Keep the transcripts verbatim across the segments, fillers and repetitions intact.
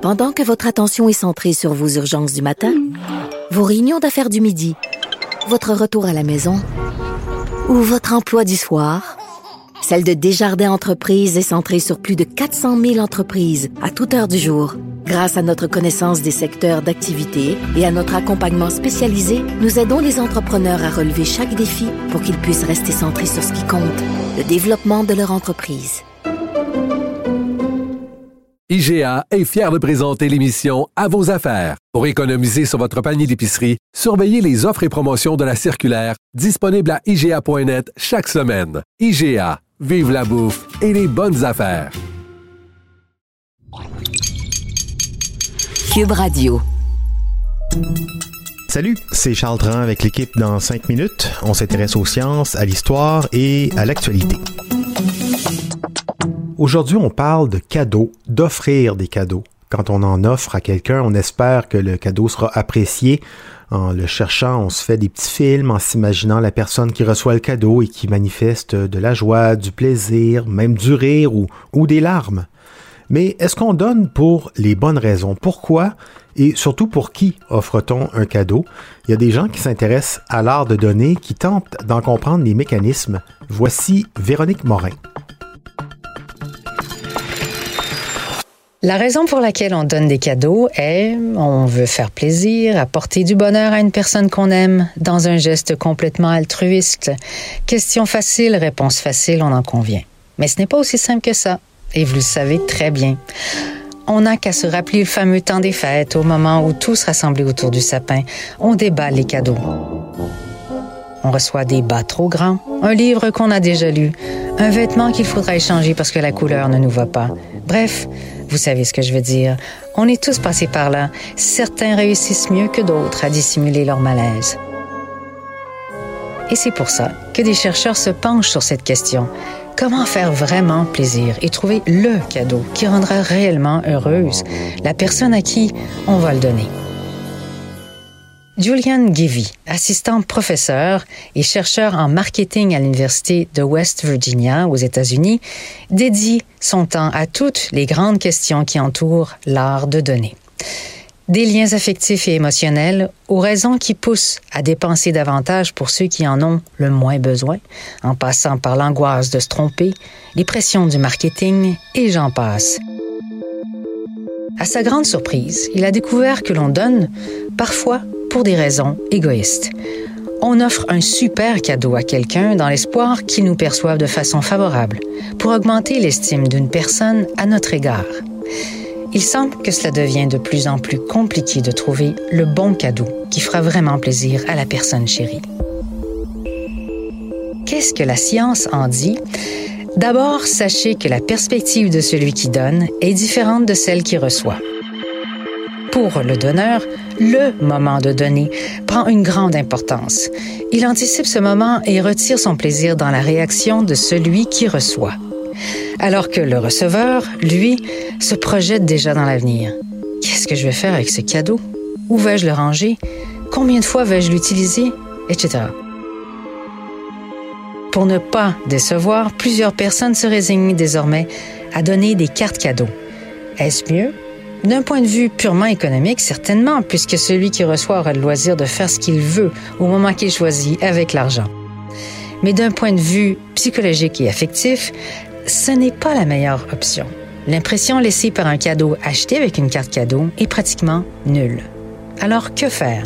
Pendant que votre attention est centrée sur vos urgences du matin, vos réunions d'affaires du midi, votre retour à la maison ou votre emploi du soir, celle de Desjardins Entreprises est centrée sur plus de quatre cent mille entreprises à toute heure du jour. Grâce à notre connaissance des secteurs d'activité et à notre accompagnement spécialisé, nous aidons les entrepreneurs à relever chaque défi pour qu'ils puissent rester centrés sur ce qui compte, le développement de leur entreprise. I G A est fier de présenter l'émission À vos affaires. Pour économiser sur votre panier d'épicerie, surveillez les offres et promotions de la circulaire disponible à I G A point net chaque semaine. I G A, vive la bouffe et les bonnes affaires. Cube Radio. Salut, c'est Charles Dran avec l'équipe dans cinq minutes. On s'intéresse aux sciences, à l'histoire et à l'actualité. Aujourd'hui, on parle de cadeaux, d'offrir des cadeaux. Quand on en offre à quelqu'un, on espère que le cadeau sera apprécié. En le cherchant, on se fait des petits films en s'imaginant la personne qui reçoit le cadeau et qui manifeste de la joie, du plaisir, même du rire ou, ou des larmes. Mais est-ce qu'on donne pour les bonnes raisons? Pourquoi? Et surtout, pour qui offre-t-on un cadeau? Il y a des gens qui s'intéressent à l'art de donner, qui tentent d'en comprendre les mécanismes. Voici Véronique Morin. La raison pour laquelle on donne des cadeaux est on veut faire plaisir, apporter du bonheur à une personne qu'on aime dans un geste complètement altruiste. Question facile, réponse facile, on en convient. Mais ce n'est pas aussi simple que ça, et vous le savez très bien. On n'a qu'à se rappeler le fameux temps des fêtes, au moment où tous rassemblés autour du sapin, on déballe les cadeaux. On reçoit des bas trop grands, un livre qu'on a déjà lu, un vêtement qu'il faudra échanger parce que la couleur ne nous va pas. Bref, vous savez ce que je veux dire. On est tous passés par là. Certains réussissent mieux que d'autres à dissimuler leur malaise. Et c'est pour ça que des chercheurs se penchent sur cette question. Comment faire vraiment plaisir et trouver le cadeau qui rendra réellement heureuse la personne à qui on va le donner? Julian Givey, assistant professeur et chercheur en marketing à l'Université de West Virginia aux États-Unis, dédie son temps à toutes les grandes questions qui entourent l'art de donner. Des liens affectifs et émotionnels aux raisons qui poussent à dépenser davantage pour ceux qui en ont le moins besoin, en passant par l'angoisse de se tromper, les pressions du marketing et j'en passe. À sa grande surprise, il a découvert que l'on donne, parfois, pour des raisons égoïstes. On offre un super cadeau à quelqu'un dans l'espoir qu'il nous perçoive de façon favorable, pour augmenter l'estime d'une personne à notre égard. Il semble que cela devient de plus en plus compliqué de trouver le bon cadeau qui fera vraiment plaisir à la personne chérie. Qu'est-ce que la science en dit? D'abord, sachez que la perspective de celui qui donne est différente de celle qui reçoit. Pour le donneur, le moment de donner prend une grande importance. Il anticipe ce moment et retire son plaisir dans la réaction de celui qui reçoit. Alors que le receveur, lui, se projette déjà dans l'avenir. Qu'est-ce que je vais faire avec ce cadeau? Où vais-je le ranger? Combien de fois vais-je l'utiliser? Etc. Pour ne pas décevoir, plusieurs personnes se résignent désormais à donner des cartes cadeaux. Est-ce mieux? D'un point de vue purement économique, certainement, puisque celui qui reçoit aura le loisir de faire ce qu'il veut au moment qu'il choisit avec l'argent. Mais d'un point de vue psychologique et affectif, ce n'est pas la meilleure option. L'impression laissée par un cadeau acheté avec une carte cadeau est pratiquement nulle. Alors, que faire?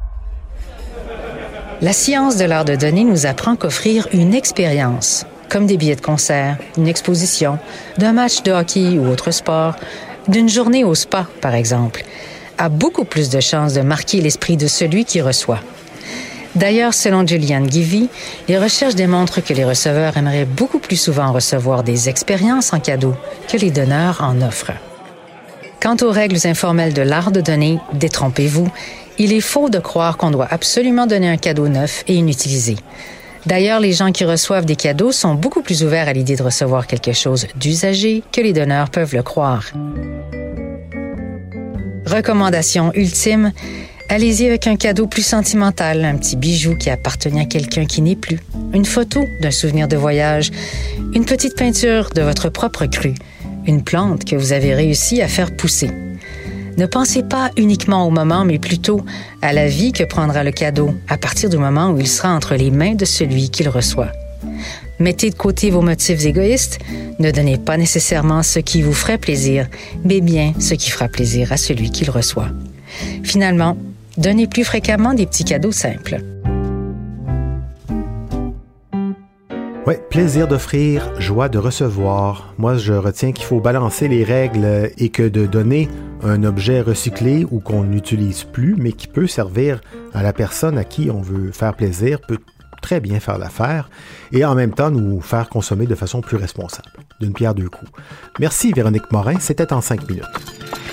La science de l'art de donner nous apprend qu'offrir une expérience, comme des billets de concert, une exposition, d'un match de hockey ou autre sport, d'une journée au spa, par exemple, a beaucoup plus de chances de marquer l'esprit de celui qui reçoit. D'ailleurs, selon Julian Givey, les recherches démontrent que les receveurs aimeraient beaucoup plus souvent recevoir des expériences en cadeau que les donneurs en offrent. Quant aux règles informelles de l'art de donner, détrompez-vous, il est faux de croire qu'on doit absolument donner un cadeau neuf et inutilisé. D'ailleurs, les gens qui reçoivent des cadeaux sont beaucoup plus ouverts à l'idée de recevoir quelque chose d'usagé que les donneurs peuvent le croire. Recommandation ultime, allez-y avec un cadeau plus sentimental, un petit bijou qui appartenait à quelqu'un qui n'est plus, une photo d'un souvenir de voyage, une petite peinture de votre propre cru, une plante que vous avez réussi à faire pousser. Ne pensez pas uniquement au moment, mais plutôt à la vie que prendra le cadeau à partir du moment où il sera entre les mains de celui qui le reçoit. Mettez de côté vos motifs égoïstes. Ne donnez pas nécessairement ce qui vous ferait plaisir, mais bien ce qui fera plaisir à celui qui le reçoit. Finalement, donnez plus fréquemment des petits cadeaux simples. Oui, plaisir d'offrir, joie de recevoir. Moi, je retiens qu'il faut balancer les règles et que de donner un objet recyclé ou qu'on n'utilise plus, mais qui peut servir à la personne à qui on veut faire plaisir, peut très bien faire l'affaire et en même temps nous faire consommer de façon plus responsable. D'une pierre deux coups. Merci Véronique Morin, c'était en cinq minutes.